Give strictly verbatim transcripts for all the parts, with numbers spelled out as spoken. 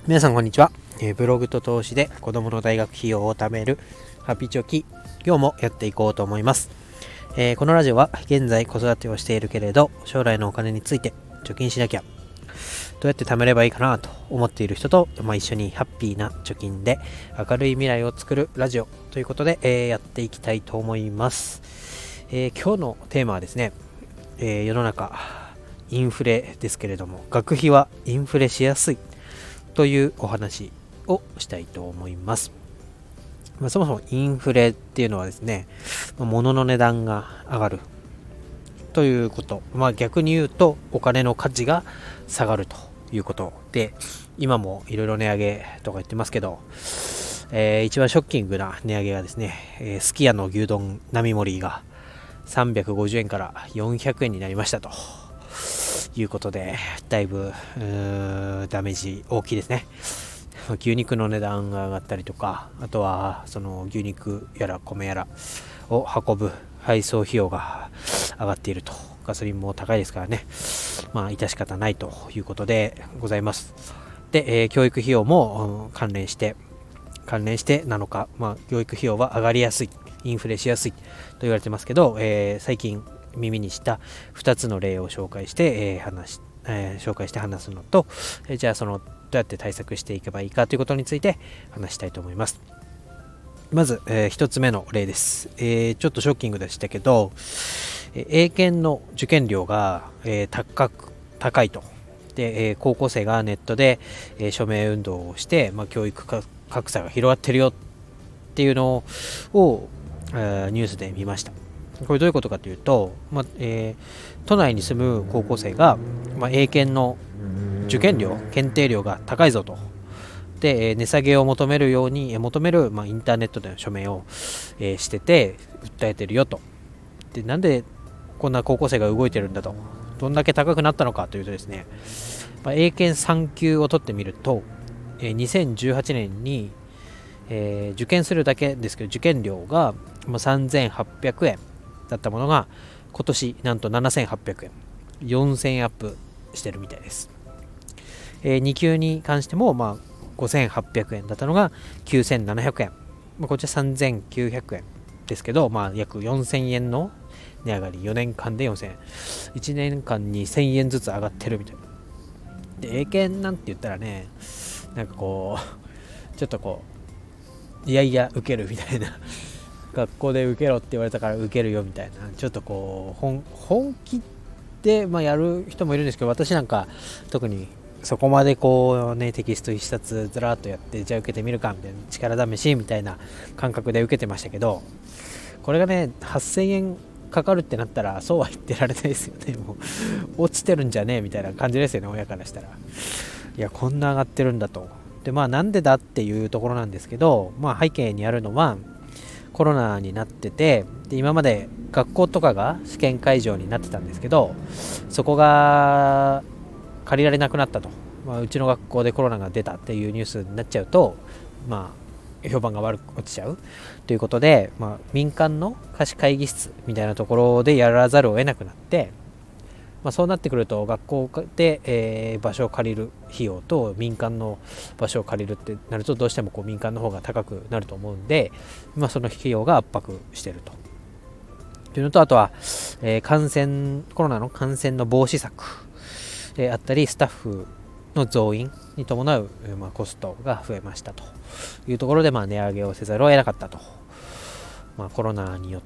皆さんこんにちは、えーブログと投資で子供の大学費用を貯めるハピチョキ、今日もやっていこうと思います。えーこのラジオは現在子育てをしているけれど将来のお金について貯金しなきゃ、どうやって貯めればいいかなと思っている人と、まあ、一緒にハッピーな貯金で明るい未来を作るラジオということで、えーやっていきたいと思います。えー今日のテーマはですね、えー世の中インフレですけれども、学費はインフレしやすいというお話をしたいと思います。まあ、そもそもインフレっていうのはですね、物の値段が上がるということ、まあ、逆に言うとお金の価値が下がるということで、今もいろいろ値上げとか言ってますけど、えー一番ショッキングな値上げがですね、えーすき家の牛丼並盛りがさんびゃくごじゅうえんからよんひゃくえんになりましたということで、だいぶうーダメージ大きいですね。牛肉の値段が上がったりとか、あとはその牛肉やら米やらを運ぶ配送費用が上がっていると、ガソリンも高いですからね、まあ致し方ないということでございます。で、えー教育費用も、うん関連して関連してなのか、まあ、教育費用は上がりやすい、インフレしやすいと言われてますけど、えー最近耳にしたふたつの例を紹介して、えー話しえー紹介して話すのと、えーじゃあそのどうやって対策していけばいいかということについて話したいと思います。まず、えー、ひとつめの例です。えーちょっとショッキングでしたけど、えー英検の受験料が、えー高く高いと。で、えー高校生がネットで、えー署名運動をして、まあ、教育か格差が広がってるよっていうのを、えーニュースで見ました。これどういうことかというと、まあえー都内に住む高校生が、まあ、英検の受験料、検定料が高いぞと。で、えー値下げを求めるように、えー求める、まあ、インターネットでの署名を、えーしてて、訴えてるよと。で、なんでこんな高校生が動いてるんだと。どんだけ高くなったのかというとですね、まあ、英検さん級を取ってみると、えーにせんじゅうはちねんに、えー受験するだけですけど、受験料が、まあ、さんぜんはっぴゃくえんだったものが、今年なんとななせんはっぴゃくえん、よんせんえんアップしてるみたいです。えーに級に関しても、まあ、ごせんはっぴゃくえんだったのがきゅうせんななひゃくえん、まあ、こちらさんぜんきゅうひゃくえんですけど、まあ、約よんせんえんの値上がり、よねんかんでよんせんえん、いちねんかんにせんえんずつ上がってるみたいな。で、英検なんて言ったらね、なんかこう、ちょっとこう、いやいや受けるみたいな、学校で受けろって言われたから受けるよみたいな、ちょっとこう、本本気で、まあ、やる人もいるんですけど、私なんか特にそこまでこうね、テキスト一冊ずらっとやって、じゃあ受けてみるかみたいな、力試しみたいな感覚で受けてましたけど、これがねはっせんえんかかるってなったらそうは言ってられないですよね。もう落ちてるんじゃねえみたいな感じですよね、親からしたら。いや、こんな上がってるんだと。で、まあなんでだっていうところなんですけど、まあ背景にあるのはコロナになってて、で今まで学校とかが試験会場になってたんですけど、そこが借りられなくなったと、まあ、うちの学校でコロナが出たっていうニュースになっちゃうと、まあ、評判が悪く落ちちゃうということで、まあ、民間の貸し会議室みたいなところでやらざるを得なくなって、まあ、そうなってくると学校で、えー場所を借りる費用と民間の場所を借りるってなると、どうしてもこう民間の方が高くなると思うんで、まあ、その費用が圧迫しているとというのと、あとは、えー感染コロナの感染の防止策であったり、スタッフの増員に伴う、まあ、コストが増えましたというところで、まあ、値上げをせざるを得なかったと。まあ、コロナによって、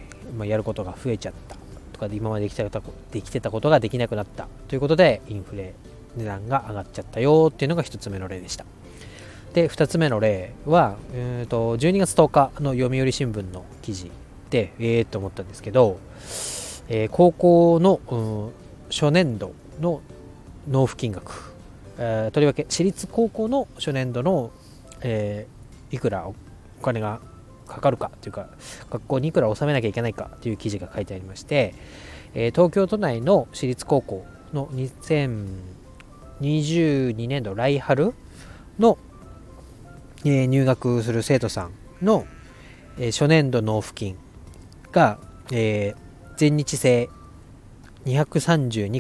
まあ、やることが増えちゃったとかで、今までできてたできてたことができなくなったということで、インフレ、値段が上がっちゃったよっていうのがひとつめの例でした。で、ふたつめの例は、えー、とじゅうにがつとおかの読売新聞の記事で、えーと思ったんですけど、えー高校の、うん、初年度の納付金額、えーとりわけ私立高校の初年度の、えーいくらお金がかかるかというか、学校にいくら納めなきゃいけないかという記事が書いてありまして、えー東京都内の私立高校のにせんにじゅうにねんど来春の、えー入学する生徒さんの、えー初年度納付金が、えー全日制にひゃくさんじゅうにこ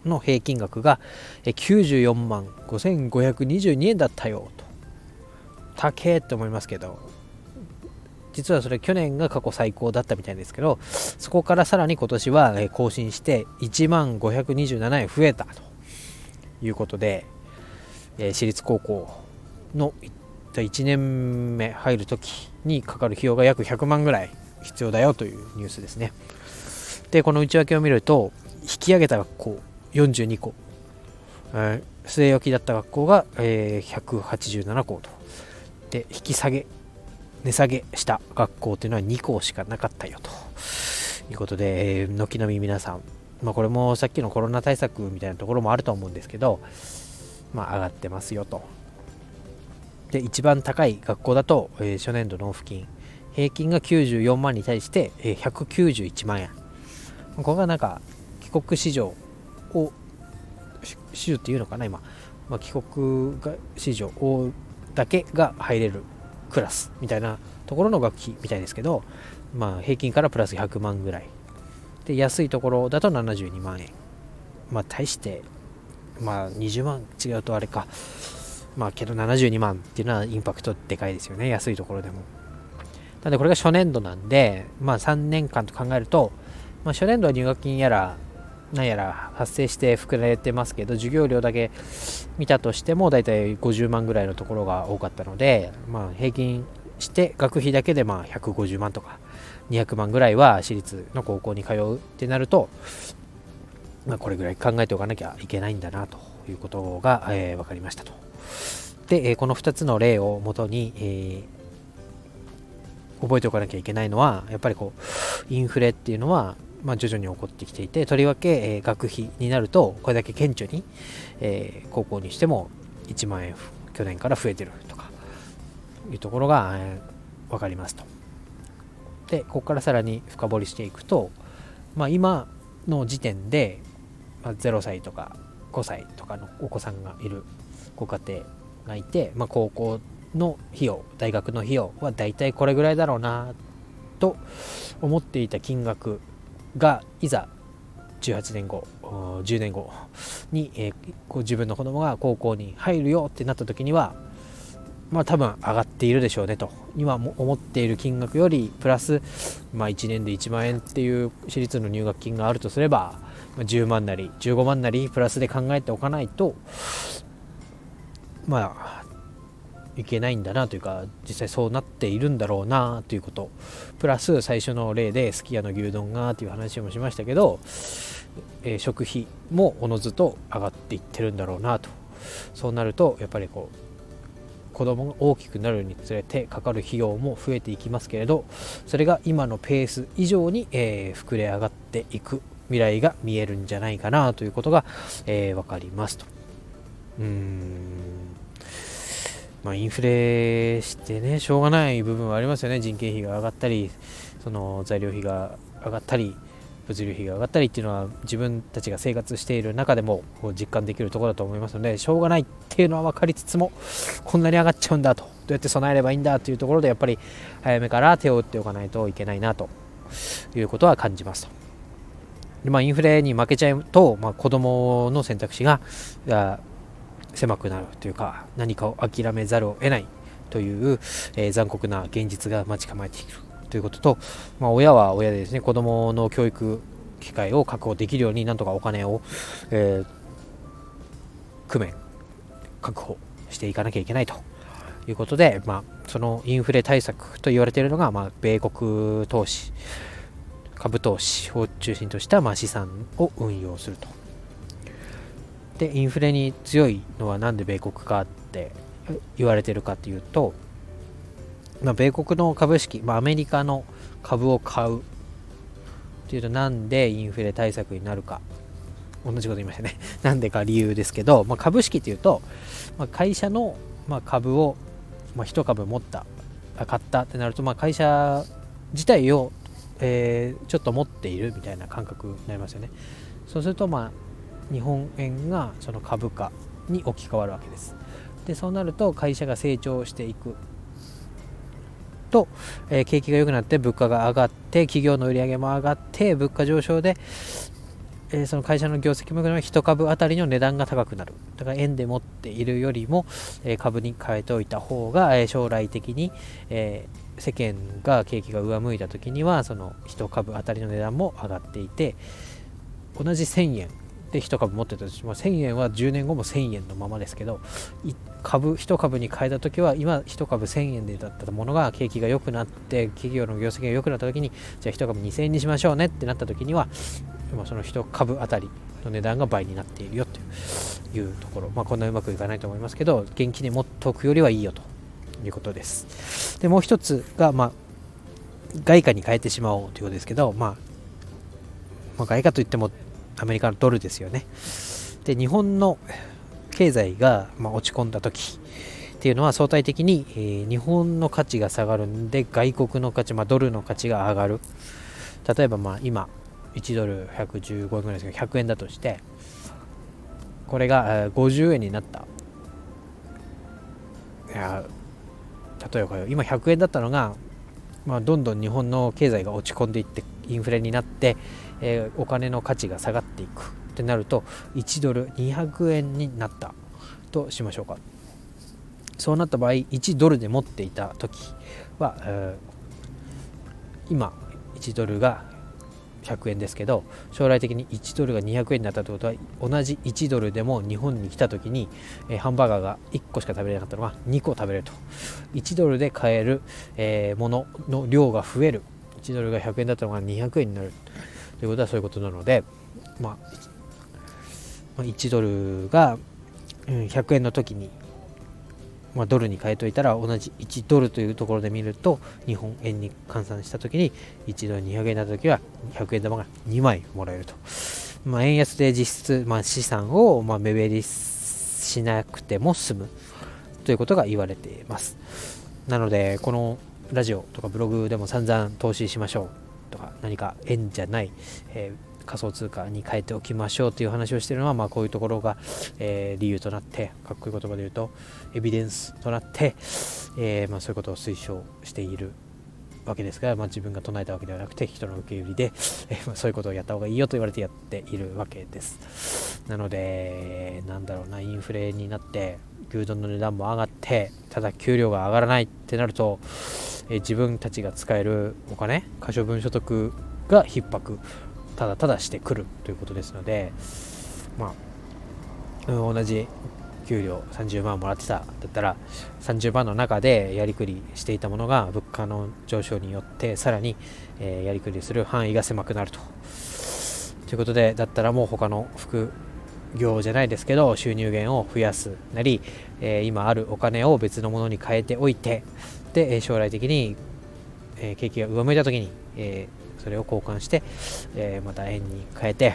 の平均額がきゅうじゅうよんまんごせんごひゃくにじゅうにえんだったよと。高えって思いますけど、実はそれ去年が過去最高だったみたいですけど、そこからさらに今年は更新していちまんごひゃくにじゅうななえん増えたということで、私立高校のいちねんめ入るときにかかる費用が約ひゃくまんぐらい必要だよというニュースですね。で、この内訳を見ると、引き上げた学校よんじゅうにこ、えー、据え置きだった学校が、えー、ひゃくはちじゅうななことで、引き下げ値下げした学校というのはにこしかなかったよということで、えー、軒並み皆さん、まあ、これもさっきのコロナ対策みたいなところもあると思うんですけど、まあ、上がってますよと。で、一番高い学校だと、えー、初年度納付金平均がきゅうじゅうよんまんに対して、えー、ひゃくきゅうじゅういちまんえん。ここがなんか帰国子女を子女っていうのかな今、まあ、帰国が子女をだけが入れるクラスみたいなところの学費みたいですけど、まあ、平均からプラスひゃくまんぐらいで、安いところだとななじゅうにまんえん。まあ対してまあにじゅうまん違うとあれか、まあけどななじゅうにまんっていうのはインパクトでかいですよね、安いところでも。なんでこれが初年度なんで、まあさんねんかんと考えると、まあ、初年度は入学金やら何やら発生して膨れてますけど、授業料だけ見たとしてもだいたいごじゅうまんぐらいのところが多かったので、まあ、平均して学費だけでまあひゃくごじゅうまんとかにひゃくまんぐらいは私立の高校に通うってなると、まあ、これぐらい考えておかなきゃいけないんだなということが、えー、分かりましたと。で、えー、このふたつの例をもとに、えー、覚えておかなきゃいけないのは、やっぱりこうインフレっていうのはまあ徐々に起こってきていて、とりわけ、えー、学費になるとこれだけ顕著に、えー、高校にしてもいちまんえん去年から増えてるとかいうところが、えー、分かりますと。で、ここからさらに深掘りしていくと、まあ、今の時点で、まあ、ゼロさいとかごさいとかのお子さんがいるご家庭がいて、まあ、高校の費用、大学の費用はだいたいこれぐらいだろうなと思っていた金額が、いざじゅうはちねんごじゅうねんごに、えー、こう自分の子供が高校に入るよってなった時には、まあ多分上がっているでしょうねと。今も思っている金額よりプラス、まあ、いちねんでいちまんえんっていう私立の入学金があるとすれば、じゅうまんなりじゅうごまんなりプラスで考えておかないとまあいけないんだなというか、実際そうなっているんだろうなということ、プラス最初の例ですき家の牛丼がという話もしましたけど、えー、食費もおのずと上がっていってるんだろうなと。そうなるとやっぱりこう子供が大きくなるにつれてかかる費用も増えていきますけれど、それが今のペース以上に、えー、膨れ上がっていく未来が見えるんじゃないかなということが、えー、分かりますと。うーんまあ、インフレしてねしょうがない部分はありますよね。人件費が上がったり、その材料費が上がったり、物流費が上がったりっていうのは自分たちが生活している中でも実感できるところだと思いますので、しょうがないっていうのは分かりつつも、こんなに上がっちゃうんだと、どうやって備えればいいんだというところで、やっぱり早めから手を打っておかないといけないなということは感じますと。で、まあ、インフレに負けちゃうと、まあ、子どもの選択肢が狭くなるというか、何かを諦めざるを得ないという、えー、残酷な現実が待ち構えているということと、まあ、親は親でですね、子どもの教育機会を確保できるようになんとかお金を、えー、工面確保していかなきゃいけないということで、まあ、そのインフレ対策と言われているのが、まあ、米国投資、株投資を中心とした、まあ、資産を運用すると。で、インフレに強いのはなんで米国かって言われてるかっていうと、まあ、米国の株式、まあ、アメリカの株を買うっていうと、なんでインフレ対策になるか、同じこと言いましたねなんでか理由ですけど、まあ、株式っていうと、まあ、会社のまあ株を、まあ、いち株持った買ったってなると、まあ、会社自体を、えー、ちょっと持っているみたいな感覚になりますよね。そうすると、まあ日本円がその株価に置き換わるわけです。で、そうなると会社が成長していくと、えー、景気が良くなって物価が上がって、企業の売り上げも上がって、物価上昇でえーその会社の業績も良くなる、いち株あたりの値段が高くなる。だから円で持っているよりも、えー株に変えておいた方が、えー将来的に、えー世間が景気が上向いた時にはそのいち株あたりの値段も上がっていて、同じせんえんでいち株持ってたとしてもせんえんはじゅうねんごもせんえんのままですけど、株いち株に変えた時は今いち株せんえんでだったものが景気が良くなって企業の業績が良くなった時に、じゃあいち株にせんえんにしましょうねってなった時には今そのいち株あたりの値段が倍になっているよというところ、まあ、こんなうまくいかないと思いますけど、元気に持っておくよりはいいよということです。でもう一つが、まあ、外貨に変えてしまおうということですけど、まあ、まあ、外貨といってもアメリカのドルですよね。で、日本の経済がまあ落ち込んだ時っていうのは相対的に、えー日本の価値が下がるんで外国の価値、まあ、ドルの価値が上がる。例えばまあ今いちドルひゃくじゅうごえんぐらいですけどひゃくえんだとして、これがえーごじゅうえんになった。いや例えば今ひゃくえんだったのが、まあ、どんどん日本の経済が落ち込んでいってインフレになって、えーお金の価値が下がっていくってなるといちドルにひゃくえんになったとしましょうか。そうなった場合いちドルで持っていた時は、えー今いちドルがひゃくえんですけど、将来的にいちドルがにひゃくえんになったということは同じいちドルでも日本に来た時に、えーハンバーガーがいっこしか食べれなかったのがにこ食べれると。いちドルで買える、えーものの量が増える。いちドルがひゃくえんだったのがにひゃくえんになるということはそういうことなので、まあ、いちドルがうんひゃくえんの時に、まあ、ドルに変えといたら同じいちドルというところで見ると日本円に換算した時にいちドルにひゃくえんになった時はひゃくえん玉がにまいもらえると。まあ、円安で実質、まあ、資産をまあ目減りしなくても済むということが言われています。なのでこのラジオとかブログでも散々投資しましょうとか、何か円じゃない、えー仮想通貨に変えておきましょうという話をしているのは、まあこういうところが、えー理由となって、かっこいい言葉で言うとエビデンスとなって、えーまあ、そういうことを推奨しているわけですが、まあ、自分が唱えたわけではなくて人の受け売りで、えーまあ、そういうことをやった方がいいよと言われてやっているわけです。なのでなんだろうな、インフレになって牛丼の値段も上がってただ給料が上がらないってなると、えー自分たちが使えるお金、可処分所得が逼迫ただただしてくるということですので、まあ、うん同じ給料さんじゅうまんもらってただったらさんじゅうまんの中でやりくりしていたものが物価の上昇によってさらに、えーやりくりする範囲が狭くなるとということで、だったらもう他の副業じゃないですけど収入源を増やすなり、えー今あるお金を別のものに変えておいて、でえー将来的に、えー景気が上向いた時に、えーそれを交換して、えーまた円に変えて、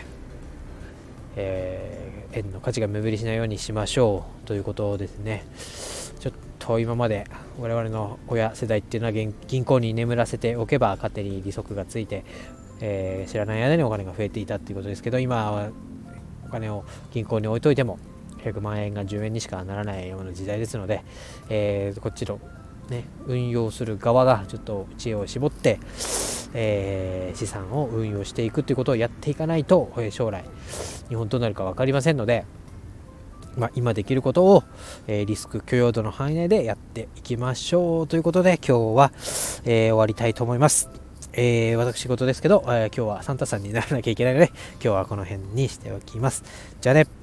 えー円の価値が目減りしないようにしましょうということですね。ちょっと今まで我々の親世代っていうのは銀銀行に眠らせておけば勝手に利息がついて、えー知らない間にお金が増えていたっていうことですけど、今はお金を銀行に置いといてもひゃくまんえんがじゅうえんにしかならないような時代ですので、えーこっちのね、運用する側がちょっと知恵を絞って、えー資産を運用していくということをやっていかないと、えー将来日本どうなるか分かりませんので、まあ、今できることを、えーリスク許容度の範囲内でやっていきましょうということで今日は、えー終わりたいと思います。えー私事ですけど、えー今日はサンタさんにならなきゃいけないので今日はこの辺にしておきます。じゃあね。